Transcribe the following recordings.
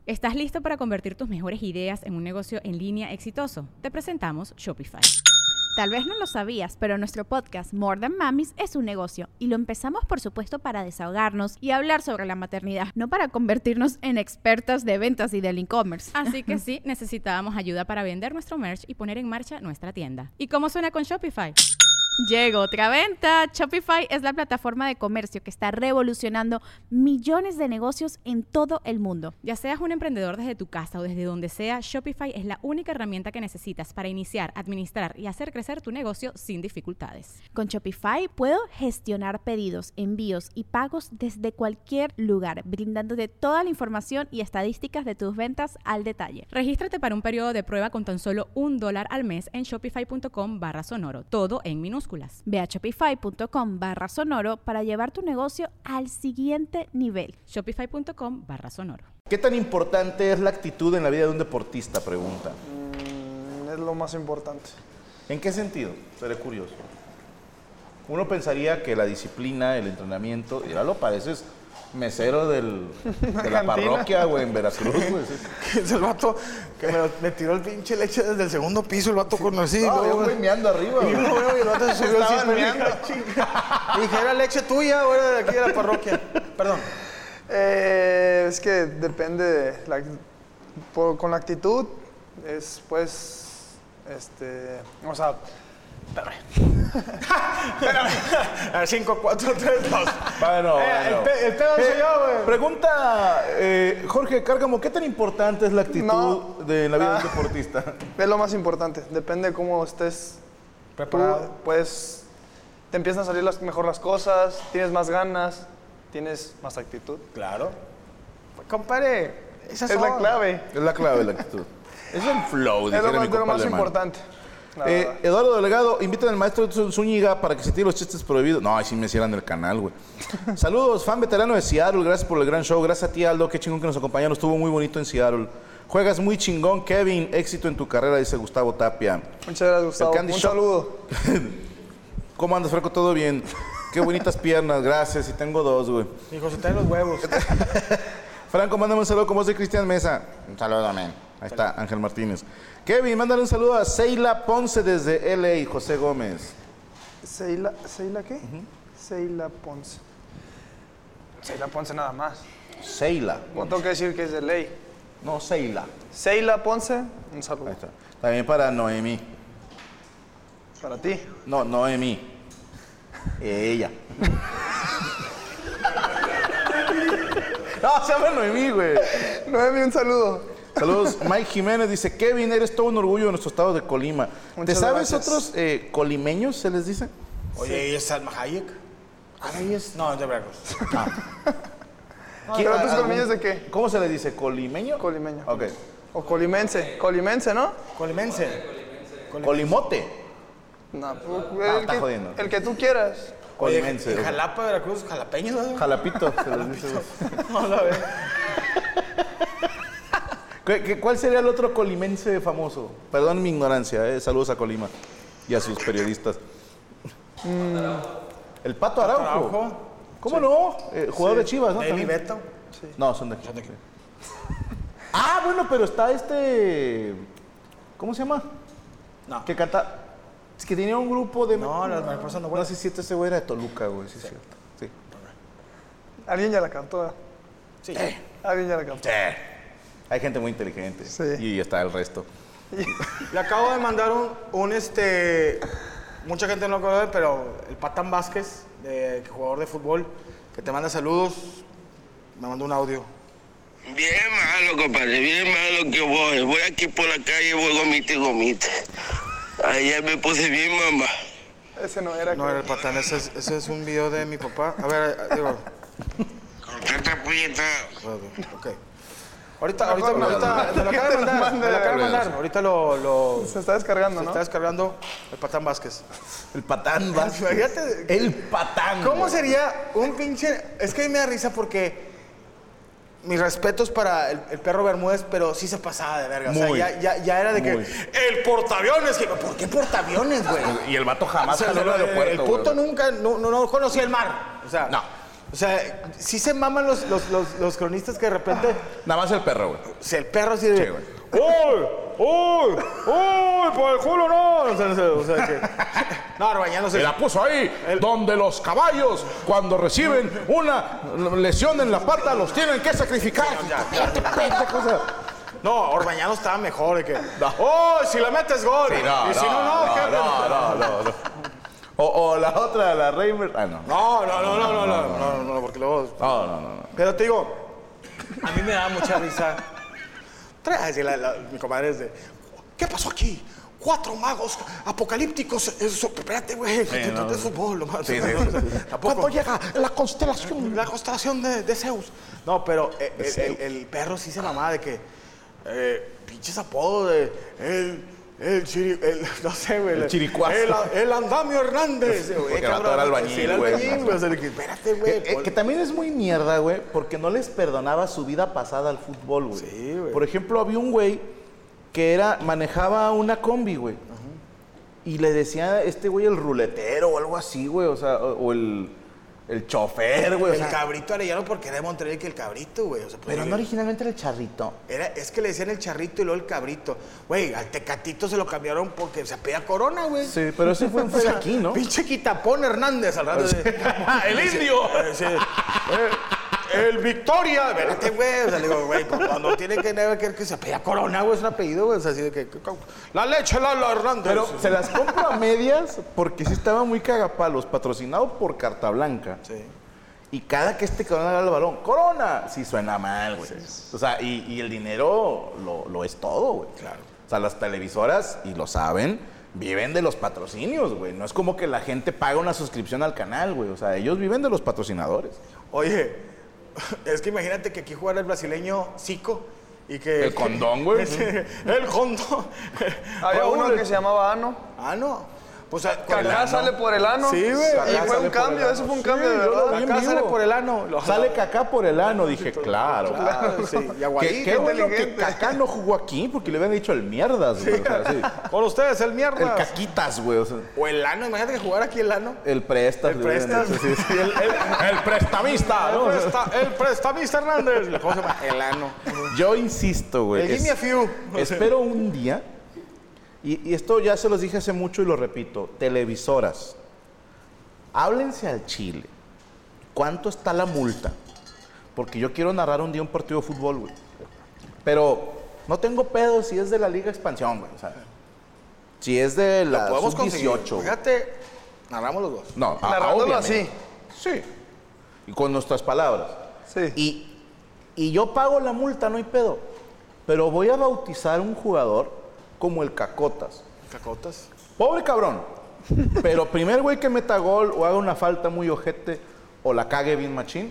¿Estás listo para convertir tus mejores ideas en un negocio en línea exitoso? Te presentamos Shopify. Tal vez no lo sabías, pero nuestro podcast More Than Mamis es un negocio y lo empezamos por supuesto para desahogarnos y hablar sobre la maternidad, no para convertirnos en expertas de ventas y del e-commerce. Así que sí, necesitábamos ayuda para vender nuestro merch y poner en marcha nuestra tienda. ¿Y cómo suena con Shopify? Llegó otra venta. Shopify es la plataforma de comercio que está revolucionando millones de negocios en todo el mundo. Ya seas un emprendedor desde tu casa o desde donde sea, Shopify es la única herramienta que necesitas para iniciar, administrar y hacer crecer tu negocio sin dificultades. Con Shopify puedo gestionar pedidos, envíos y pagos desde cualquier lugar, brindándote toda la información y estadísticas de tus ventas al detalle. Regístrate para un periodo de prueba con tan solo $1 al mes en shopify.com/sonoro, todo en minúsculas. Ve a shopify.com/sonoro para llevar tu negocio al siguiente nivel. Shopify.com/sonoro. ¿Qué tan importante es la actitud en la vida de un deportista? Pregunta. Es lo más importante. ¿En qué sentido? Seré curioso. Uno pensaría que la disciplina, el entrenamiento, y ahora lo pareces mesero de la parroquia, güey, en Veracruz, güey. Sí. Es el vato que me tiró el pinche leche desde el segundo piso, el vato con así. No, yo güey meando arriba, y güey. el vato se subió así meando. Y dije, era leche tuya, güey, de aquí de la parroquia. Perdón. Es que depende de con la actitud, es pues, o sea, espérame. A ver, 5, 4, 3, 2. Bueno, El pedo soy yo, güey. Pregunta, Jorge Cárcamo, ¿qué tan importante es la actitud en la vida de un deportista? Es lo más importante, depende de cómo estés preparado. Pues te empiezan a salir mejor las cosas, tienes más ganas, tienes más actitud. Claro. Pues, compadre, esa es la clave. Es la clave, la actitud. Es el flow, es lo más importante. Eduardo Delegado, invitan al maestro Zúñiga para que se tire los chistes prohibidos. No, ahí sí me cierran el canal, güey. Saludos, fan veterano de Seattle, gracias por el gran show. Gracias a ti, Aldo, qué chingón que nos acompañaron. Estuvo muy bonito en Seattle. Juegas muy chingón, Kevin. Éxito en tu carrera, dice Gustavo Tapia. Muchas gracias, Gustavo. Un saludo. ¿Cómo andas, Franco? ¿Todo bien? Qué bonitas piernas, gracias. Y tengo 2, güey. Hijo, se traen los huevos. Franco, mándame un saludo con voz de Cristian Mesa. Un saludo, amén. Ahí está, Ángel Martínez. Kevin, mándale un saludo a Seila Ponce desde LA, José Gómez. ¿Seila qué? Seila Ponce. Seila Ponce nada más. Seila. No tengo que decir que es de ley. No, Seila. Seila Ponce, un saludo. Ahí está. También para Noemí. Para ti. No, Noemí. Ella. No, se llama Noemí, güey. Noemí, un saludo. Saludos. Mike Jiménez dice, Kevin, eres todo un orgullo de nuestro estado de Colima. Muchas ¿Te sabes gracias. otros colimeños, se les dice? Oye, ¿y es Salma Hayek? Ahí es. No, es de Veracruz. ¿Pero tus colmillos de qué? ¿Cómo se le dice? ¿Colimeño? Colimeño. Ok. O colimense. Colimense, ¿no? Colimense. Colimote. No, está jodiendo. El que tú quieras. Colimense. Oye, Jalapa, Veracruz, jalapeños, ¿no? Jalapito, se les dice. No, la ve. ¿Cuál sería el otro colimense famoso? Perdón mi ignorancia, saludos a Colima y a sus periodistas. El Pato Araujo. ¿Cómo no? Jugador de Chivas, ¿no? David Beto. Sí. No, son de aquí. Ah, bueno, pero está ¿cómo se llama? No. Que canta. Es que tenía un grupo de. No, las mariposas no vuelan. No sé si ese güey era de Toluca, güey, sí es cierto. Sí. Alguien ya la cantó. Sí. Alguien ya la cantó. Sí. Hay gente muy inteligente. Sí. Y está el resto. Le acabo de mandar mucha gente no lo conoce, pero el Patán Vázquez, jugador de fútbol, que te manda saludos, me mandó un audio. Bien malo, compadre, bien malo que voy. Voy aquí por la calle, voy gomite y gomite. Ayer me puse bien, mamá. Ese no era. No era el Patán, ese es un video de mi papá. A ver, digo. Contesta, puñeta. Ok. Ahorita me lo acaba de mandar. Ahorita Se está descargando, se ¿no? está descargando el Patán Vázquez. El Patán Vázquez. Fíjate. El Patán. ¿Cómo güey. sería un pinche...? Es que a mí me da risa porque... Mis respetos para el perro Bermúdez, pero sí se pasaba de verga. Muy, o sea, ya era de que... muy. ¡El portaaviones! ¿Por qué portaaviones, güey? Y el vato jamás O sea, jaló el aeropuerto. el puto güey. nunca... No conocía el mar. O sea... No. O sea, sí se maman los cronistas que de repente... Nada más el perro, güey. O sea, el perro así de... Sí, güey. ¡Uy! ¡Por el culo no! O sea que... No, Orbañanos Se la puso ahí, donde los caballos, cuando reciben una lesión en la pata, los tienen que sacrificar. No, Orbañanos estaba mejor de que... ¡Oh, si la metes gol! Sí, y si no. O la otra, la Reimer. Ah, no. No, porque luego... No. Pero te digo, a mí me da mucha risa. Mi comadre es de... ¿Qué pasó aquí? 4 magos apocalípticos. Espérate, güey. Es fútbol, lo más. Sí. ¿Cuándo llega la constelación? La constelación de Zeus. No, pero el perro sí se mamaba de que... pinches apodos de... no sé, güey. El chiricuazo. El Andamio Hernández. Porque el vato era albañil, Sí, el güey. albañil, güey. O sea, de que, espérate, güey. Que también es muy mierda, güey, porque no les perdonaba su vida pasada al fútbol, güey. Sí, güey. Por ejemplo, había un güey que manejaba una combi, güey. Y le decía este güey el ruletero o algo así, güey. O sea, o el chofer, güey. El cabrito Arellano porque era de Monterrey que el cabrito, güey. O sea, Pero no originalmente era el charrito. Es que le decían el charrito y luego el cabrito. Güey, al Tecatito se lo cambiaron porque se apellida Corona, güey. Sí, pero ese fue de aquí, ¿no? Pinche Quitapón Hernández al rato de... ¡El indio! Sí. El Victoria. Espérate, güey. O sea, le digo, güey, cuando tiene que se apellida Corona, güey, es un apellido, güey. O sea, así de que... La leche, Lalo Hernández. Pero se las compro a medias porque sí estaba muy cagapalos, patrocinado por Carta Blanca. Sí. Y cada que este cabrón agarra el balón, ¡Corona! Sí suena mal, güey. Sí. O sea, y el dinero lo es todo, güey. Claro. O sea, las televisoras, y lo saben, viven de los patrocinios, güey. No es como que la gente paga una suscripción al canal, güey. O sea, ellos viven de los patrocinadores. Oye, es que imagínate que aquí jugara el brasileño Zico y que... El condón, güey. El condón. Había uno que se llamaba Ano. No. Pues, Kaká sale por el ano. Sí, güey. Y fue un cambio, eso fue un cambio de verdad. Kaká sale por el ano. Sale Kaká por el ano. Dije, claro. Sí. Y Aguadí, qué bueno que Kaká no jugó aquí porque le habían dicho el mierdas, güey. O sea, sí. Con ustedes, el mierda. El caquitas, güey. O sea, o el ano, imagínate que jugara aquí el ano. el prestas. El prestas. Sí. El prestamista, ¿no? El prestamista Hernández. ¿Cómo se llama? El ano. Yo insisto, güey. El give me a few. Espero un día, y esto ya se los dije hace mucho y lo repito, televisoras, háblense al chile. ¿Cuánto está la multa? Porque yo quiero narrar un día un partido de fútbol, güey. Pero no tengo pedo si es de la Liga Expansión, güey. O sea, si es de la sub-18. Fíjate, narramos los dos. No, Narrándolo obviamente. así. Sí. Y con nuestras palabras. Sí. Y yo pago la multa, no hay pedo. Pero voy a bautizar un jugador como el Cacotas. ¿Cacotas? Pobre cabrón. Pero primer güey que meta gol o haga una falta muy ojete o la cague bien machín,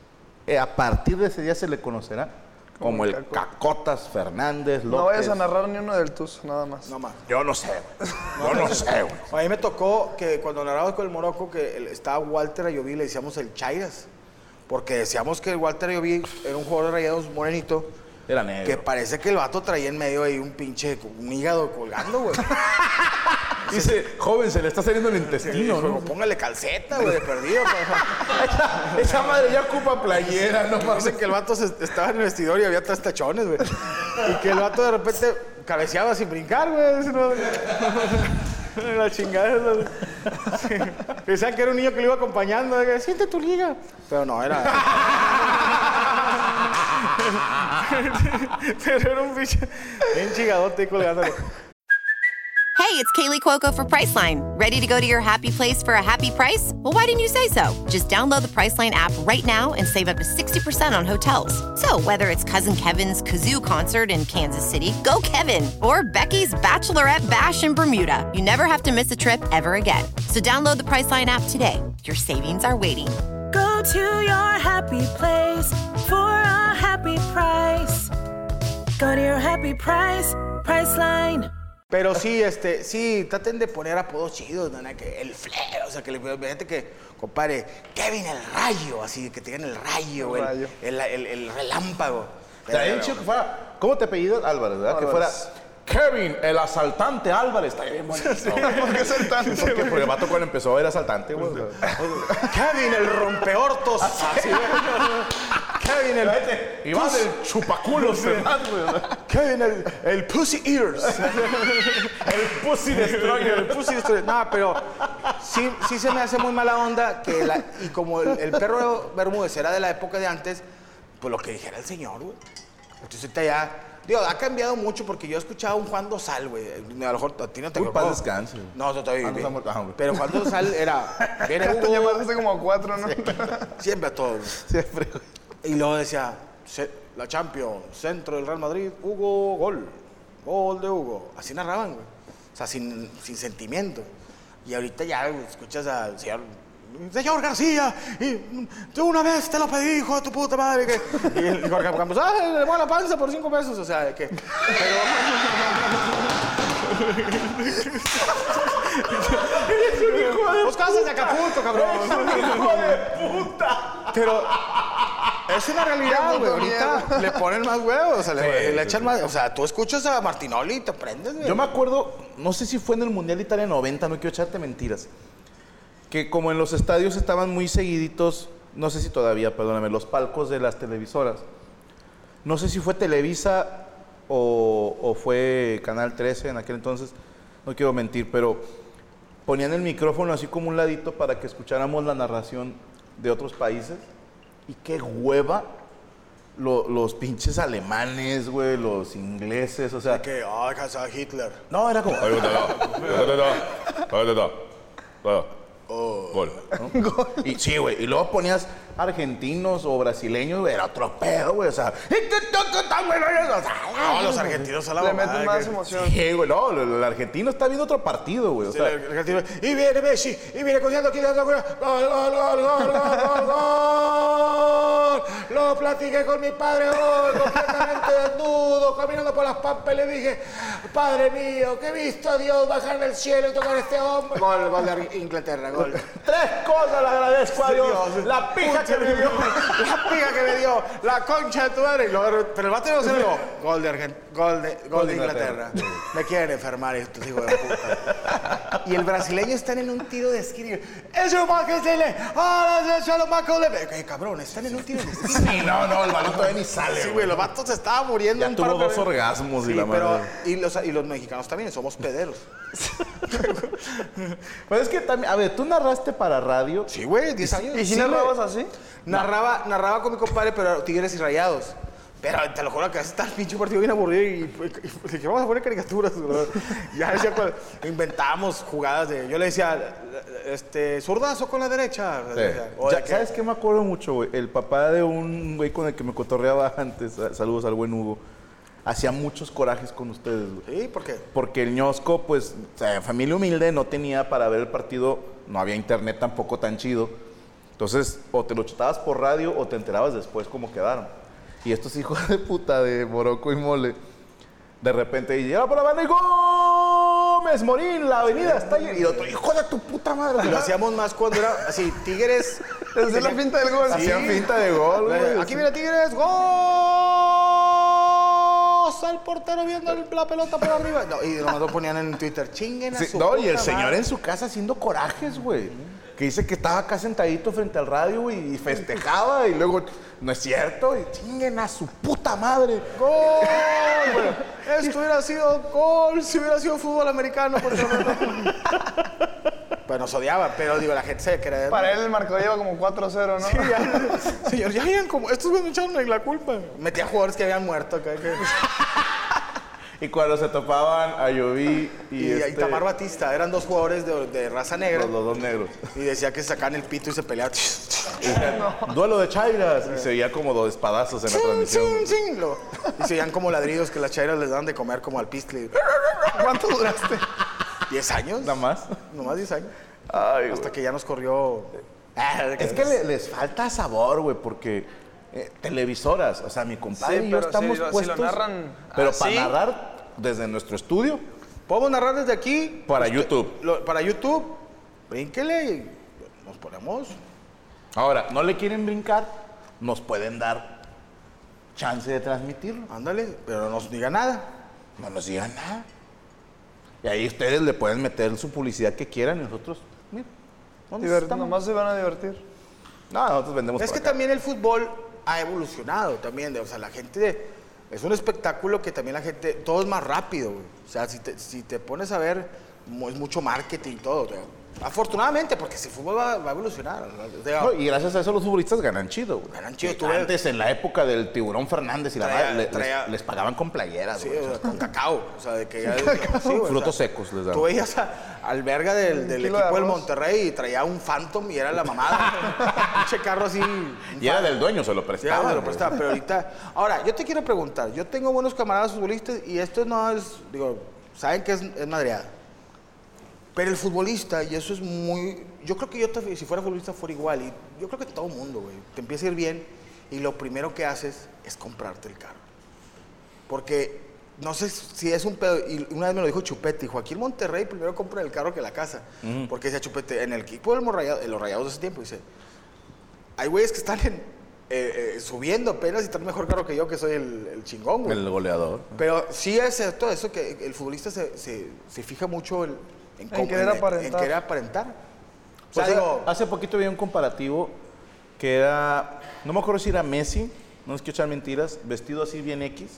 a partir de ese día se le conocerá como el Cacotas Fernández López. No vayas a narrar ni uno del Tuzo, nada más. No más. Yo no sé, güey. Yo no sé, güey. A mí me tocó que cuando narraba con el Morocco, que estaba Walter Ayoví, le decíamos el Chairas. Porque decíamos que el Walter Ayoví era un jugador de Rayados morenito. Era negro. Que parece que el vato traía en medio ahí un hígado colgando, güey. Dice, joven, se le está saliendo el intestino, ¿no? Póngale calceta, güey, de perdido. Esa madre ya ocupa playera, no mames. Dicen que el vato estaba en el vestidor y había 3 tachones, güey. Y que el vato de repente cabeceaba sin brincar, güey. La chingada. Sí. Pensaban que era un niño que lo iba acompañando. Siente tu liga. Pero no, era... Pero era un bicho bien chigadote colgándole. Hey, it's Kaylee Cuoco for Priceline. Ready to go to your happy place for a happy price? Well, why didn't you say so? Just download the Priceline app right now and save up to 60% on hotels. So whether it's Cousin Kevin's Kazoo Concert in Kansas City, go Kevin, or Becky's Bachelorette Bash in Bermuda, you never have to miss a trip ever again. So download the Priceline app today. Your savings are waiting. Go to your happy place for a happy price. Go to your happy price, Priceline. Pero sí, sí, traten de poner apodos chidos, ¿no? Que el Flair, o sea, que gente que, compadre, Kevin el Rayo, así, que te digan el Rayo, el Relámpago. Estaría bien chido que fuera, ¿cómo te apellidas? Álvarez, ¿verdad? Álvarez. Que fuera Kevin, el asaltante Álvarez. Está bien bonito. ¿Por qué asaltante? Porque el vato cuando empezó era asaltante, güey. Kevin, el rompeortos. Así, Kevin, el... Iván, el chupaculos, ¿verdad, güey? Kevin, el pussy ears. El Pussy Destroyer. El pussy destroyer. No, pero sí se me hace muy mala onda que y como el perro Bermúdez era de la época de antes, pues lo que dijera el señor, güey. Entonces ahorita ya... Digo, ha cambiado mucho porque yo he escuchado a un Juan Dosal, güey. A lo mejor a ti no te Uy, acuerdas. paz descanse. No, todavía Ah, no, vive. güey. Pero Juan Dosal era... Viene Ya Hugo, pasaste como 4, ¿no? siempre a todos. Siempre, güey. Y luego decía, la Champions, centro del Real Madrid, Hugo, gol. Gol de Hugo. Así narraban, güey. O sea, sin sentimiento. Y ahorita ya güey, escuchas al señor García, y tú una vez te lo pedí, hijo de tu puta madre. Y el Jorge Campos, le muevo la panza por 5 pesos. O sea, que... Pues cosas de Acapulco, cabrón. ¡Hijo de puta! Pero es una realidad, güey. Ahorita le ponen más huevos, o sea, le echan más. O sea, tú escuchas a Martinoli y te prendes, güey. Yo me acuerdo, no sé si fue en el Mundial de Italia 90, no quiero echarte mentiras, que como en los estadios estaban muy seguiditos, no sé si todavía, perdóname, los palcos de las televisoras. No sé si fue Televisa o fue Canal 13 en aquel entonces, no quiero mentir, pero ponían el micrófono así como un ladito para que escucháramos la narración de otros países. Y qué hueva los pinches alemanes, güey, los ingleses, o sea... Que, Hitler. No, era como... Gol. ¿no? Y sí, güey. Y luego ponías argentinos o brasileños, güey. Era otro pedo, güey. O sea... No, los argentinos a la Le mamada, meten más que- emoción. Sí, güey. No, el argentino está viendo otro partido, güey. O Sí, sea, el argentino, y viene Messi, y viene cogiendo aquí, dando gol, gol, gol, gol, gol, gol, gol. Lo platiqué con mi padre hoy, completamente desnudo, caminando por las pampas, y le dije, Padre mío, que he visto a Dios bajar del cielo y tocar a este hombre. Gol de Inglaterra, gol. 3 cosas le agradezco a Dios. La pija que me dio. La piga que me dio, la concha de tu madre. Y luego, pero el bate no se lo gol de Inglaterra. Me quieren enfermar estos hijos de puta. Y el brasileño están en un tiro de esquina. Eso más que se le. Ahora se lo más que le. Cabrón, están en un tiro de esquina. Sí, no, el balón todavía ni sale, Sí, güey, los vatos se estaban muriendo. Ya un tuvo par de 2 veces. orgasmos y Sí, la pero madre. y los mexicanos también somos pederos. Pero es que también, a ver, tú narraste para radio. Sí, güey, 10 años. ¿Y si Sí, narrabas así? Narraba con mi compadre, pero Tigres y Rayados. Pero te lo juro que a veces está el pinche partido bien aburrido y dije, vamos a poner caricaturas. ¿Verdad? Ya decía, inventábamos jugadas de... Yo le decía, zurdazo con la derecha. Sí. O Ya, de que- ¿sabes qué me acuerdo mucho, güey? El papá de un güey con el que me cotorreaba antes, saludos al buen Hugo, hacía muchos corajes con ustedes, güey. ¿Sí? ¿Por qué? Porque el ñosco, pues, o sea, familia humilde, no tenía para ver el partido, no había internet tampoco tan chido. Entonces, o te lo chutabas por radio o te enterabas después cómo quedaron. Y estos hijos de puta de Morocco y Mole, de repente, y llega por la banda y Gómez Morín, la avenida está llena. Y otro, hijo de tu puta madre. Y lo hacíamos más cuando era así, Tigres... Desde la pinta del gol. Hacían finta de gol, güey. Aquí viene Tigres, gol. Al portero viendo la pelota por arriba. No, y nomás lo ponían en Twitter, chinguen a Sí, su no, y puta el señor madre. en su casa haciendo corajes, güey. Que dice que estaba acá sentadito frente al radio, güey, y festejaba, y luego, no es cierto, y chinguen a su puta madre. ¡Gol! Bueno, esto hubiera sido gol si hubiera sido fútbol americano. Porque pues nos odiaba, pero digo, la gente se cree. Para él el marcador lleva como 4-0, ¿no? Sí, ya, señor, ya habían como... Estos güeyes me echaron la culpa. Metía jugadores que habían muerto acá. Y cuando se topaban a Lloví Y Tamar Batista, eran 2 jugadores de raza negra. los dos negros. Y decía que se sacaban el pito y se peleaban. Y decían, duelo de chairas. Y se veía como 2 espadazos en la transmisión. Y se oían como ladridos que las chairas les dan de comer como al pistle. ¿Cuánto duraste? 10 años. Nada más. Nomás 10 años. Ay, Hasta güey. que ya nos corrió. Es que les falta sabor, güey, porque televisoras, o sea, mi compadre Sí, y yo pero estamos si lo puestos. narran pero así. para narrar desde nuestro estudio, Podemos narrar desde aquí. para YouTube. Para YouTube. Brínquele y nos ponemos. Ahora, no le quieren brincar, nos pueden dar chance de transmitirlo. Ándale, pero no nos diga nada. no nos digan nada. Y ahí ustedes le pueden meter su publicidad que quieran y nosotros, mira, ¿dónde estamos? Nomás se van a divertir. No, nosotros vendemos Es por que acá. también el fútbol ha evolucionado también. O sea, la gente... Es un espectáculo que también la gente... Todo es más rápido, güey. O sea, si te pones a ver, es mucho marketing y todo. O sea, afortunadamente, porque si el fútbol va a evolucionar. O sea, No, y gracias a eso los futbolistas ganan chido, güey. Ganan chido. Que Tú ves- antes, en la época del Tiburón Fernández y la Traía- madre, traía- les pagaban con playeras, sí, güey. o sea, con cacao. O sea, de que ya... Sí, güey, Frutos o sea, secos les dan. Tú veías al verga del kilo de equipo del arroz. Monterrey y traía un Phantom y era la mamada. Un pinche carro así... Y era del dueño, se lo Ya, prestaba. me lo prestaba, pero ahorita... Ahora, yo te quiero preguntar. Yo tengo buenos camaradas futbolistas y esto no es... Digo, saben que es madreada. Pero el futbolista, y eso es muy... Yo creo que yo, si fuera futbolista, fuera igual. Y yo creo que todo el mundo, güey. Te empieza a ir bien y lo primero que haces es comprarte el carro. Porque no sé si es un pedo... Y una vez me lo dijo Chupete. Dijo, aquí en Monterrey primero compran el carro que la casa. Porque decía Chupete, en el equipo de los Rayados de ese tiempo, dice... Hay güeyes que están subiendo apenas y están mejor carro que yo, que soy el chingón, güey. El goleador. Pero sí es cierto eso, que el futbolista se fija mucho en querer aparentar. En querer aparentar. O sea, Pues, digo, hace poquito vi un comparativo que era, no me acuerdo si era Messi, no les quiero echar mentiras, vestido así bien X,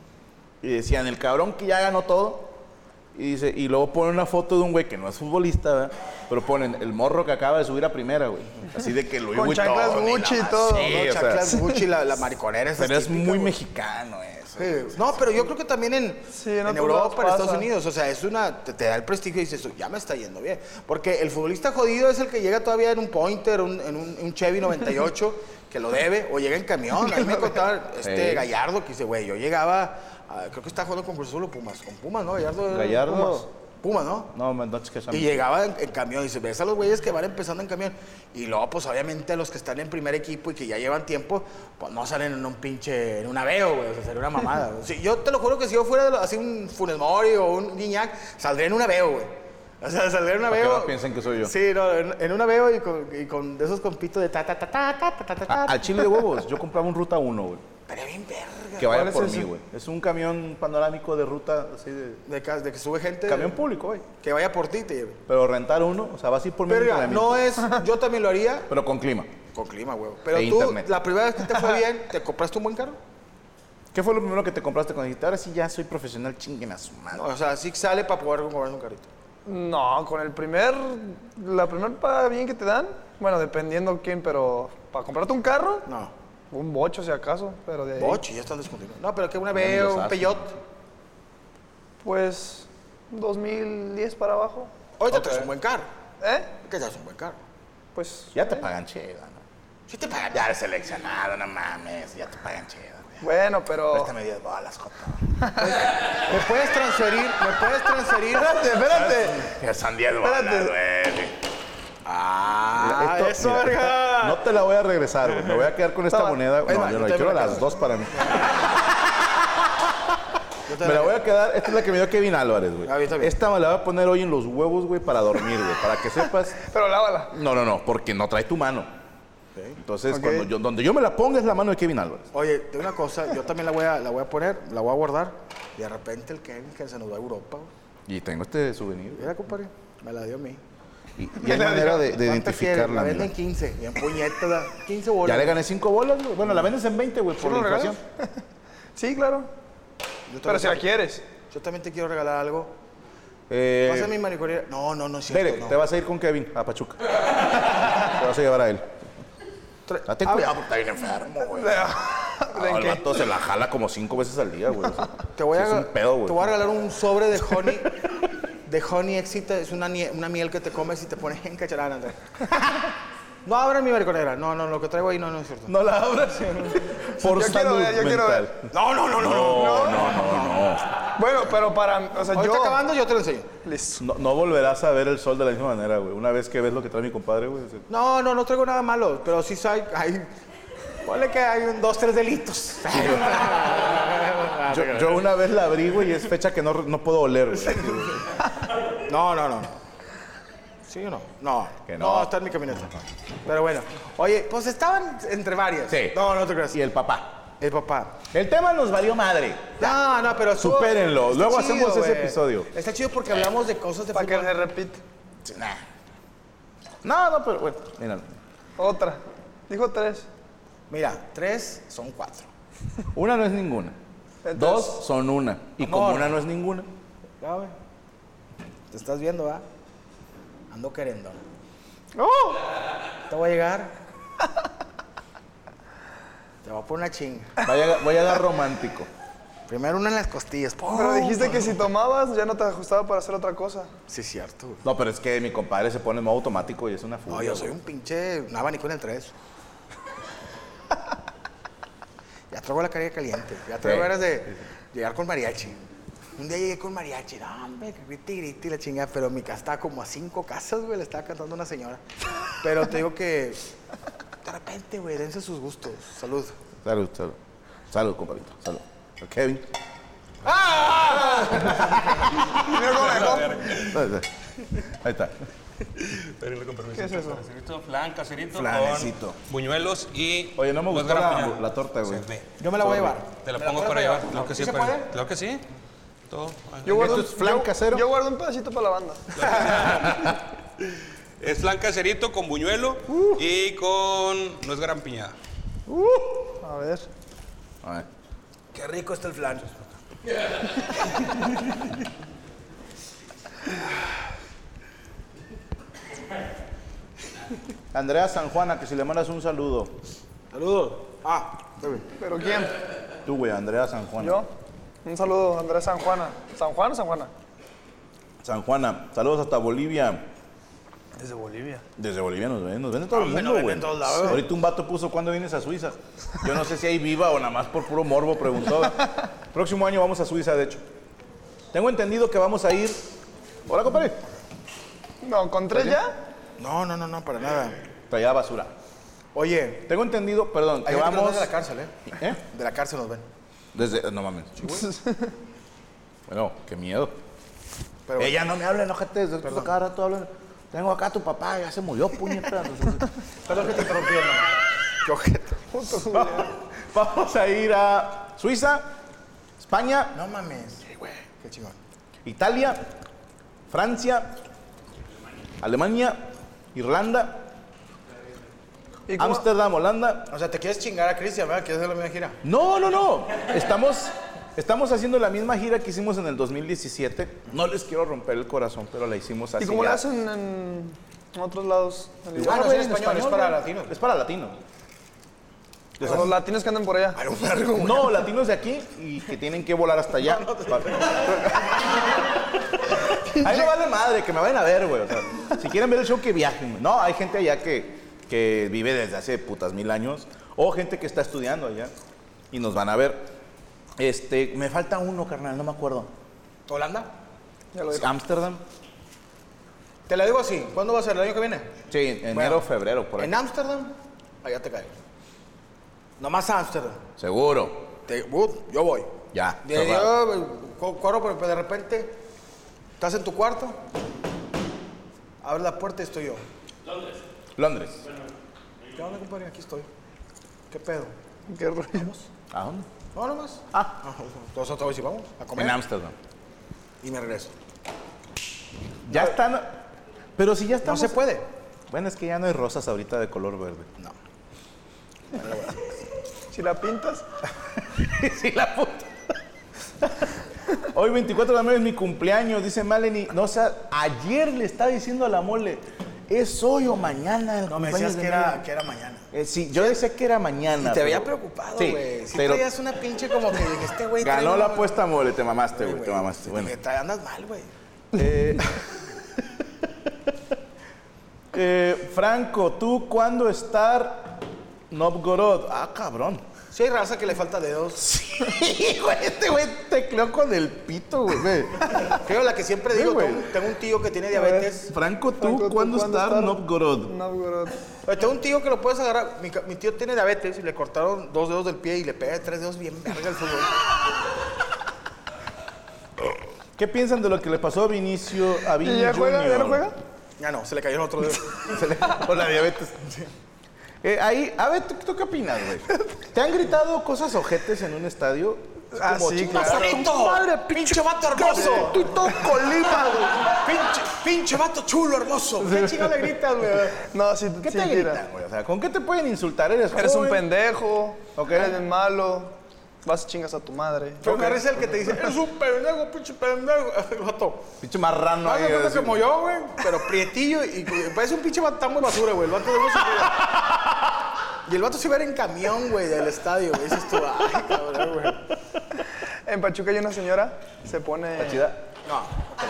y decían, el cabrón que ya ganó todo, y dice, y luego ponen una foto de un güey que no es futbolista, ¿verdad? Pero ponen el morro que acaba de subir a primera, güey. Así de que lo Con chanclas Gucci y todo. Sí, no, o sea, chanclas Gucci, la mariconera esa pero es típica, muy güey. mexicano eso. Sí. No, pero yo creo que también en otros Europa, en lados Estados pasa. Unidos, o sea, es te da el prestigio y dices, ya me está yendo bien. Porque el futbolista jodido es el que llega todavía en un Pointer, en un Chevy 98, que lo debe, o llega en camión. A mí me contaba Gallardo, que dice, güey, yo llegaba, creo que estaba jugando con Cruz Azul o Pumas, con Pumas, ¿no? Gallardo. Pumas, ¿no? No, no te Y llegaba en camión, y se ves a los güeyes que van empezando en camión. Y luego, pues, obviamente, los que están en primer equipo y que ya llevan tiempo, pues, no salen en un pinche, en un Aveo, güey. O sea, sería una mamada. Sí, yo te lo juro que si yo fuera así un Funes Mori o un Guiñac, saldría en un Aveo, güey. O sea, saldría en un Para que Aveo. no piensen que soy yo. Sí, no, en un Aveo y con de esos compitos de ta. Al chile de huevos, yo compraba un Ruta 1, güey. Estaría bien verga. Que vaya ¿Cuál es por ese? mí, güey. Es un camión panorámico de ruta, así de... De que sube gente. Camión público, güey. Que vaya por ti y te lleve. Pero rentar uno, o sea, vas a ir por mi Verga, entrenamiento. no es. Yo también lo haría. Pero con clima. Con clima, güey. Pero E tú, internet. la primera vez que te fue bien, ¿te compraste un buen carro? ¿Qué fue lo primero que te compraste cuando dijiste, ahora sí ya soy profesional, chinguen a su madre? O sea, sí sale para poder comprarse un carrito. No, con la primer paga bien que te dan, bueno, dependiendo quién, pero para comprarte un carro, No. un bocho si acaso, pero de ahí, Bochi, ya están descontinuados. No, pero que una Ni vez, los un hacen. Peugeot. pues 2010 para abajo. Ahorita te das un buen carro. ¿Eh? Que te das un buen carro. Pues Ya te pagan chido, ¿no? Sí te pagan. Ya eres seleccionado, no mames, ya te pagan chido. güey. bueno, pero Préstame 10 bolas, Joto. ¿Me puedes transferir? espérate. Que son 10 bolas, güey. Ah, Esto, eso, mira, verga. No te la voy a regresar, güey. Me voy a quedar con esta Toma. moneda. Es No, más, yo yo no, te quiero la las quedo. dos para mí. Me la voy a quedar, esta es la que me dio Kevin Álvarez, güey. A mí también. Esta me la voy a poner hoy en los huevos, güey, para dormir, güey. Para que sepas. Pero lávala. No, porque no trae tu mano. Entonces, Ok. donde yo me la ponga es la mano de Kevin Álvarez. Oye, tengo una cosa, yo también la voy a poner, la voy a guardar. Y de repente el Kevin que se nos va a Europa, güey. Y tengo este souvenir. güey. Mira, compadre, me la dio a mí. Y hay manera de ¿Cuánto quieres? identificarla. La mira. venden 15, bien puñetas, da 15 bolas. Ya le gané 5 bolas, güey. Bueno, la vendes en 20, güey, por la lo regalas? inflación. Sí, claro. Yo Pero si la también- quieres. Yo también te quiero regalar algo. ¿Vas a mi mariconera? No, es cierto. Dele, no. te vas a ir con Kevin a Pachuca. Te vas a llevar a él. Date cuidado porque está bien enfermo, güey. No, el qué? vato se la jala como 5 veces al día, güey. O sea, Te voy, sí a, es un pedo, güey. te voy a regalar un sobre de honey. De honey excita, es una miel que te comes y te pones en cacharán, Andrés. No abran mi mariconera. No, lo que traigo ahí no es cierto. No la abras. Por Yo quiero salud ver, yo quiero mental. No. No. Bueno, pero para, o sea, Ahorita yo acabando yo te lo enseño. listo. No volverás a ver el sol de la misma manera, güey. Una vez que ves lo que trae mi compadre, güey. No traigo nada malo, pero sí hay ponle que hay 2, 3 delitos. Yo una vez la abrí, güey, y es fecha que no puedo oler, güey. No. ¿Sí o no? No. Que no. Está en mi camioneta. Pero bueno. Oye, pues estaban entre varias. Sí. No te creas. Y el papá. el papá. El tema nos valió madre. No, pero supérenlo. está Luego chido, hacemos ese güey. episodio. Está chido porque hablamos de cosas de Para que fútbol. se repita. No, pero bueno, mira. Otra. Dijo 3. Mira, 3 son 4. Una no es ninguna. Entonces- 2 son una. Y como Amor. una no es ninguna. Ya, güey. Te estás viendo, ¿va? Ando queriendo. ¡Oh! Te voy a llegar. Te voy a poner una chinga. Voy a dar romántico. Primero una en las costillas. Pero dijiste que si tomabas ya no te ajustaba para hacer otra cosa. Sí, es cierto, güey. No, pero es que mi compadre se pone en modo automático y es una fuga. No, yo soy güey. un pinche un abanico en el 3. Ya traigo la carga caliente. Ya traigo ganas de llegar con mariachi. Un día llegué con mariachi. No, hombre, grite y grite y la chingada. Pero mi casa estaba como a 5 casas, güey. Le estaba cantando una señora. Pero te digo que de repente, güey, dense sus gustos. Salud. Salud, salud. Salud, compadrito. Salud. Kevin. Mira cómo me dejó. Ahí está. ¿Qué es eso? Caserito, flan, caserito Flanecito. con buñuelos y... Oye, no me nuez gustó grampiñada. la torta, güey. Se ve. Yo me la voy a llevar. Te la ¿Me pongo puedes para llevar. llevar? Claro que sí, ¿Sí se pero- puede? Claro que sí. Todo. Yo guardo, ¿Esto es flan casero? Yo guardo un pedacito para la banda. Es flan caserito con buñuelo y con nuez grampiñada. A ver. A ver. Qué rico está el flan. Andrea San Juana, que si le mandas un saludo. Saludos. Bebe. ¿Pero quién? Tú, güey, Andrea San Juana. ¿Yo? Un saludo, Andrés San Juana. ¿San Juan o San Juana? San Juana, saludos hasta Bolivia. Desde Bolivia. Desde Bolivia nos ven de todo el Hombre, mundo, nos ven güey. en todos lados. Ahorita un vato puso cuándo vienes a Suiza. Yo no sé si hay viva o nada más por puro morbo preguntó. Próximo año vamos a Suiza, de hecho. Tengo entendido que vamos a ir. Hola, compadre. No, ¿con 3 ya? No, para nada. Traía basura. Oye, Tengo entendido, perdón, que hay gente que nos vamos. ven de la cárcel, ¿eh? ¿Eh? De la cárcel nos ven. Desde. No mames. Bueno, qué miedo. Pero Ella no me habla, enójate. Desde cada rato hablan. Tengo acá a tu papá, ya se murió, puñeta. perdón que te interrumpí, hermano. Qué ojete. Vamos a ir a Suiza, España, No mames. Sí, güey. Qué chingón. Italia, Francia, Alemania, Irlanda, ¿Y cómo? Ámsterdam, Holanda. O sea, ¿te quieres chingar a Cristian, verdad? ¿Quieres hacer la misma gira? No. Estamos haciendo la misma gira que hicimos en el 2017. No les quiero romper el corazón, pero la hicimos así. ¿Y cómo ya. la hacen en otros lados? En Igual, no, güey, es en español, es para güey. latinos. Es para latinos. Los latinos que andan por allá. No, latinos de aquí y que tienen que volar hasta allá. Ahí no vale madre, que me vayan a ver, güey. O sea, si quieren ver el show, que viajen, güey. No, hay gente allá que vive desde hace putas 1000 años. O gente que está estudiando allá y nos van a ver. Me falta uno, carnal, no me acuerdo. ¿Holanda? Ya lo dijo. Ámsterdam. Te la digo así. ¿Cuándo va a ser? ¿El año que viene? Sí, enero, Bueno, febrero, por ahí. En Ámsterdam, allá te caigo. Nomás Ámsterdam. Seguro. Yo voy. Ya. De, cerrado. yo corro, pero de repente estás en tu cuarto, abres la puerta y estoy yo. Londres. ¿Qué onda, compadre? Aquí estoy. ¿Qué pedo? ¿Qué rollo? ¿A dónde? No, nomás. Entonces te voy a decir, vamos a comer. En Ámsterdam. Y me regreso. Ya están. Pero si ya No estamos. se puede. Bueno, es que ya no hay rosas ahorita de color verde. No. Si la pintas. Sí, la puta. Hoy 24 de mayo es mi cumpleaños, dice Maleni. No, o sea, ayer le estaba diciendo a la mole, ¿es hoy o mañana el No, me cumpleaños decías de que Mele? era mañana. Sí, yo decía que era mañana. Y te veía pero- preocupado, Sí, güey. Si pero traías una pinche como que dije, este güey ganó trae la una- apuesta, mole, te mamaste, Sí, güey, te mamaste. Bueno. Andas mal, güey. Franco, ¿tú cuándo estar Novgorod? Ah, cabrón. Sí hay raza que le falta dedos. Sí, güey, este güey tecleó con el pito, güey. Ve. Creo la que siempre digo, güey. tengo un tío que tiene diabetes. Franco, ¿tú Franco, ¿tú cuándo cuándo estar estar? Novgorod? Novgorod. Oye, tengo un tío que lo puedes agarrar. Mi tío tiene diabetes y le cortaron 2 dedos del pie y le pega 3 dedos bien verga el fútbol. ¿Qué piensan de lo que le pasó a Vinicio, a Vini ¿Y ya juega? ¿Ya no Junior? juega? Ya no, se le cayó el otro dedo. Se le- Por la diabetes. Ahí, a ver, ¿tú qué opinas, güey? ¿Te han gritado cosas ojetes en un estadio? Ah, Como, sí, "Chingas claro. a tu madre, ¡Pinche vato hermoso! Estoy todo colima, güey. ¡Pinche vato chulo, hermoso! ¿Qué chingada le gritas, güey? No, sí, ¿Qué sí, te tira. gritan, güey? O sea, ¿con qué te pueden insultar? Eres Eres un joven. pendejo, Ok. eres bien malo, vas y chingas a tu madre. Pero me risa el que te dice, eres un pendejo, pinche pendejo. El vato. Pinche marrano Haz ahí. de cuenta así. como yo, güey, pero prietillo y parece un pinche batán de basura, güey. El vato de y el vato se iba a ir en camión, güey, del estadio, güey. Dices tú, ay, cabrón, güey. En Pachuca hay una señora, se pone... ¿Chida? No.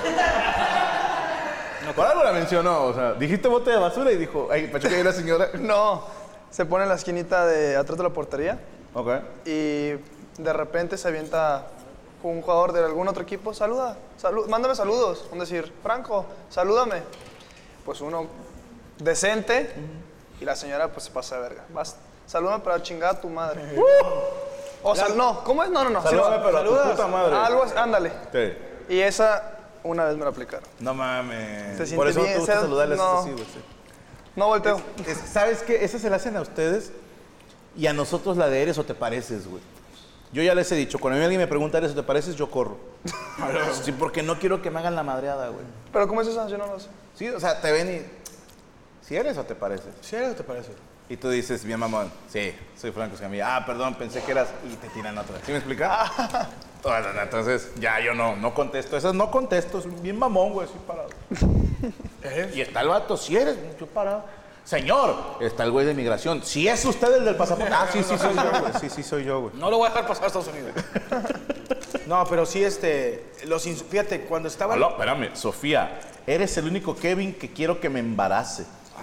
Por algo la mencionó, o sea, dijiste bote de basura y dijo, ay, Pachuca hay una señora. No, se pone en la esquinita de atrás de la portería Ok. y de repente se avienta un jugador de algún otro equipo, mándame saludos, es decir, Franco, salúdame. Pues uno decente y la señora pues se pasa de verga. Salúdame para chingar a tu madre. O sea, no, ¿cómo es? No. Salúdame, pero a tu puta madre. Algo así, ándale. Sí. Y esa una vez me la aplicaron. No mames. Se siente Por eso bien, te gusta saludarles no. así, güey. Sí. No volteo. ¿Sabes qué? Esa se la hacen a ustedes y a nosotros la de eres o te pareces, güey. Yo ya les he dicho, cuando alguien me pregunta eres o te pareces, yo corro. Sí, porque no quiero que me hagan la madreada, güey. ¿Pero cómo es esa? Yo no lo sé. Sí, o sea, te ven y... ¿Si eres o te pareces? ¿Sí eres o te parece? Y tú dices, bien mamón, sí, soy Franco Escamilla. Ah, perdón, pensé que eras... Y te tiran otra. ¿Sí me explica? Bueno, entonces, ya yo no contesto. Esas no contesto, soy bien mamón, güey, soy parado. Y está el vato, si eres, yo parado. Señor, está el güey de migración. Si es usted el del pasaporte. Ah, sí, soy yo, güey. Sí, soy yo, güey. No lo voy a dejar pasar a Estados Unidos. No, pero sí, fíjate, cuando estaba... No, espérame, Sofía, eres el único Kevin que quiero que me embarace.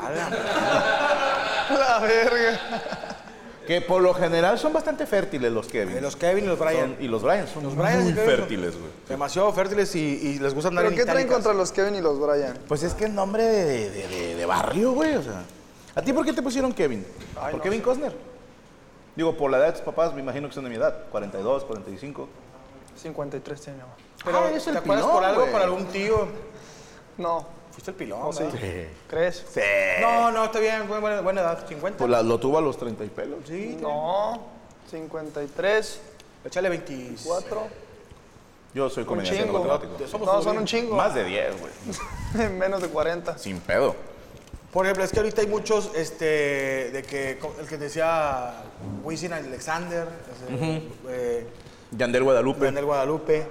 La verga. Que por lo general son bastante fértiles los Kevin. Los Kevin y los Brian. Y los Brian son Brian muy y Kevin son fértiles, güey. Demasiado fértiles y les gusta andar ¿Pero en qué traen itálicas. contra los Kevin y los Brian? Pues es que el nombre de barrio, güey, o sea. ¿A ti por qué te pusieron Kevin? Ay, ¿Por no Kevin sé. Costner? Digo, por la edad de tus papás, me imagino que son de mi edad. 42, 45. 53 tiene mi mamá. Pero, eres el ¿te acuerdas pilón, por algo, güey? por algún tío? No. Fuiste el pilón, No, sí. ¿verdad? ¿Crees? Sí. No, está bien, buena edad, 50. Pues lo tuvo a los 30 y pelos. Sí, No. 53, échale 24. 4. Yo soy comediante chingo. matemático. No, son un chingo. Más de 10, güey. Menos de 40. Sin pedo. Por ejemplo, es que ahorita hay muchos, de que, el que decía Wisin Alexander, Yandel Guadalupe. Daniel Guadalupe.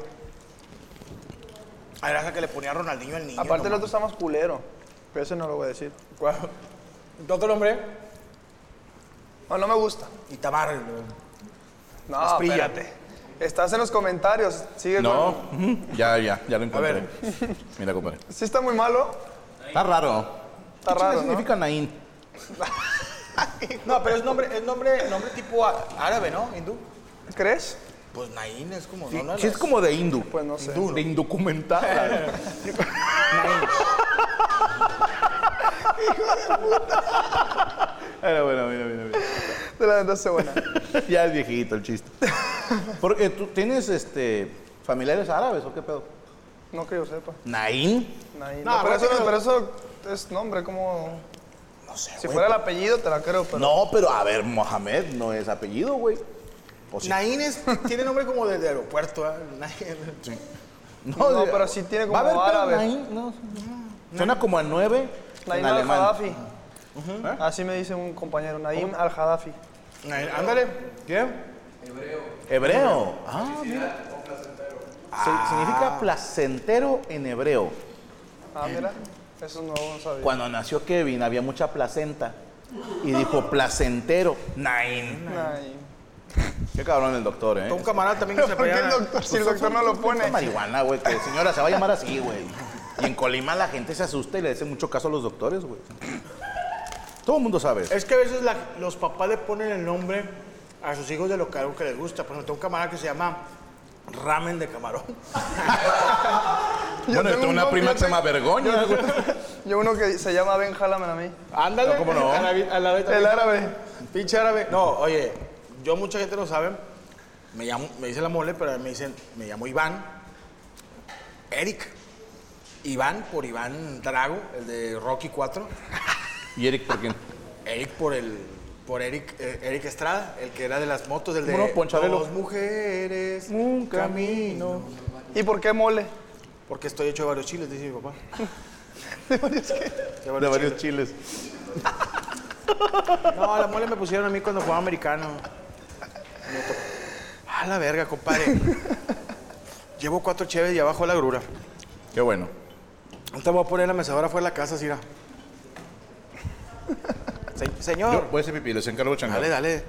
Era esa que le ponía a Ronaldinho al niño. Aparte el no otro está más culero. Pero ese no lo voy a decir. mames. ¿Otro nombre? No me gusta. Y Tamar. No, Esprilla. espérate. Estás en los comentarios. Sigue No, con... ujú, ya lo encontré. A ver. Mira, compadre. Sí está muy malo. Está raro. Está ¿Qué raro, chingados ¿no? significa Naín? No, pero es nombre tipo árabe, ¿no? Hindú. ¿Crees? Pues Naín es como... Sí, no, sí es como de hindú. Pues no sé. De indocumentada. Era bueno, mira. Te la aventaste buena. Ya es viejito el chiste. Porque tú tienes familiares árabes o qué pedo. No que yo sepa. Naín. Naín. No, No, pero, aparte pero eso es nombre, como... No sé, Si fuera el apellido te la creo, pero... No, pero a ver, Mohamed no es apellido, güey. ¿O sí? Naín tiene nombre como de aeropuerto, ¿eh? Naín. No, pero sí tiene como ¿Va a haber pedo árabe. Naín? No. Suena como a 9 Naim en alemán. al-Jadafi. Así me dice un compañero, Naim al-Jadafi. Naín, ándale. ¿Qué? Hebreo. Ah, mira. Significa placentero en hebreo. Ah, mira, eso no sabía. Cuando nació Kevin había mucha placenta y dijo placentero. Naín. Naim. Qué cabrón el doctor, ¿eh? Un camarada también que se ¿Por qué el apellida... doctor, si el doctor no lo pone? Es marihuana, güey, que señora se va a llamar así, güey. Y en Colima la gente se asusta y le hace mucho caso a los doctores, güey. Todo el mundo sabe. Es que a veces los papás le ponen el nombre a sus hijos de lo que algo que les gusta. Por ejemplo, tengo un camarada que se llama Ramen de Camarón. Bueno, yo tengo una prima que se llama Vergoña, güey. Yo uno que se llama Ben Halaman a mí. Ándale. No, ¿cómo no? El árabe. Pinche árabe. No, oye, yo mucha gente lo sabe. Me dice la mole, pero me llamo Iván. Eric. Iván por Iván Drago, el de Rocky 4. ¿Y Eric por quién? Eric por el por Eric Estrada, el que era de las motos, del de ¿Cómo no? Poncharelo. Dos mujeres, un camino. ¿Y por qué mole? Porque estoy hecho de varios chiles, dice mi papá. ¿De varios qué? De De varios chiles. No, la mole me pusieron a mí cuando jugaba americano. A la verga, compadre. Llevo 4 cheves y abajo la grura. Qué bueno. Ahorita voy a poner la mecedora fuera de la casa, Sira. Señor. Yo voy a hacer pipí, les encargo changar. Dale.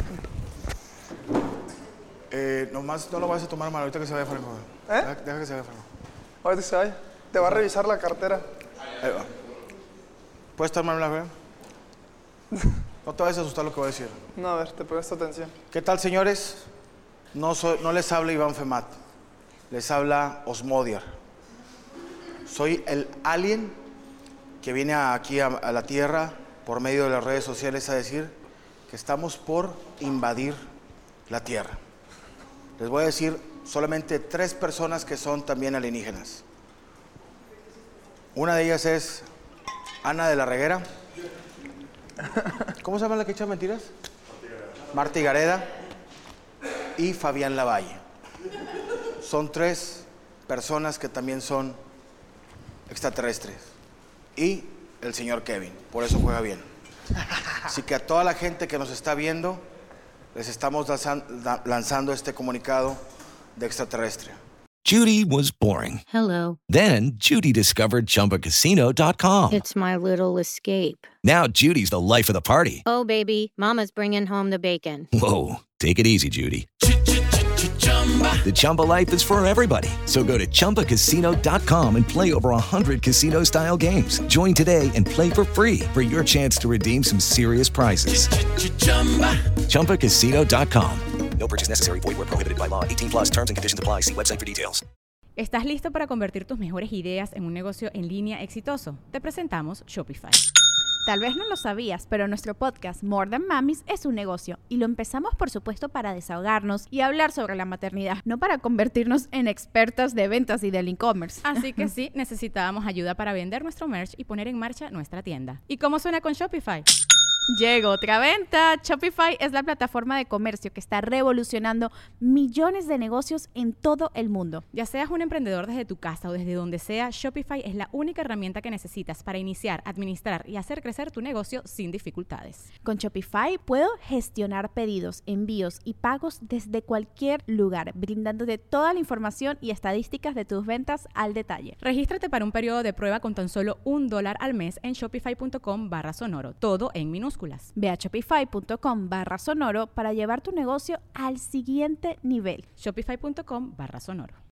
Nomás no lo vas a tomar mal ahorita que se vaya afuera. Deja que se vaya afuera. Ahorita que se vaya. Te va a revisar la cartera. Ahí va. ¿Puedes tomármela, güey? No te vayas a asustar lo que voy a decir. No, a ver, te presto atención. ¿Qué tal, señores? No les habla Iván Femat. Les habla Osmodiar. Soy el alien que viene aquí a la Tierra por medio de las redes sociales a decir que estamos por invadir la Tierra. Les voy a decir solamente 3 personas que son también alienígenas. Una de ellas es Ana de la Reguera. ¿Cómo se llama la que echa mentiras? Marta Higareda y Fabián Lavalle. Son 3 personas que también son extraterrestres. Y el señor Kevin, por eso juega bien. Así que a toda la gente que nos está viendo, les estamos lanzando este comunicado de extraterrestre. Judy was boring. Hello. Then Judy discovered ChumbaCasino.com. It's my little escape. Now Judy's the life of the party. Oh, baby, mama's bringing home the bacon. Whoa, take it easy, Judy. The Chumba life is for everybody. So go to ChumbaCasino.com and play over 100 casino-style games. Join today and play for free for your chance to redeem some serious prizes. ChumbaCasino.com. No purchase necessary. Void where prohibited by law. 18+ terms and conditions apply. See website for details. ¿Estás listo para convertir tus mejores ideas en un negocio en línea exitoso? Te presentamos Shopify. Tal vez no lo sabías, pero nuestro podcast More Than Mamis es un negocio y lo empezamos por supuesto para desahogarnos y hablar sobre la maternidad, no para convertirnos en expertas de ventas y del e-commerce. Así que sí, necesitábamos ayuda para vender nuestro merch y poner en marcha nuestra tienda. ¿Y cómo suena con Shopify? Llegó otra venta. Shopify es la plataforma de comercio que está revolucionando millones de negocios en todo el mundo. Ya seas un emprendedor desde tu casa o desde donde sea, Shopify es la única herramienta que necesitas para iniciar, administrar y hacer crecer tu negocio sin dificultades. Con Shopify puedo gestionar pedidos, envíos y pagos desde cualquier lugar, brindándote toda la información y estadísticas de tus ventas al detalle. Regístrate para un periodo de prueba con tan solo $1 al mes en shopify.com/sonoro, todo en minúsculas. Ve a shopify.com/sonoro para llevar tu negocio al siguiente nivel. Shopify.com/sonoro.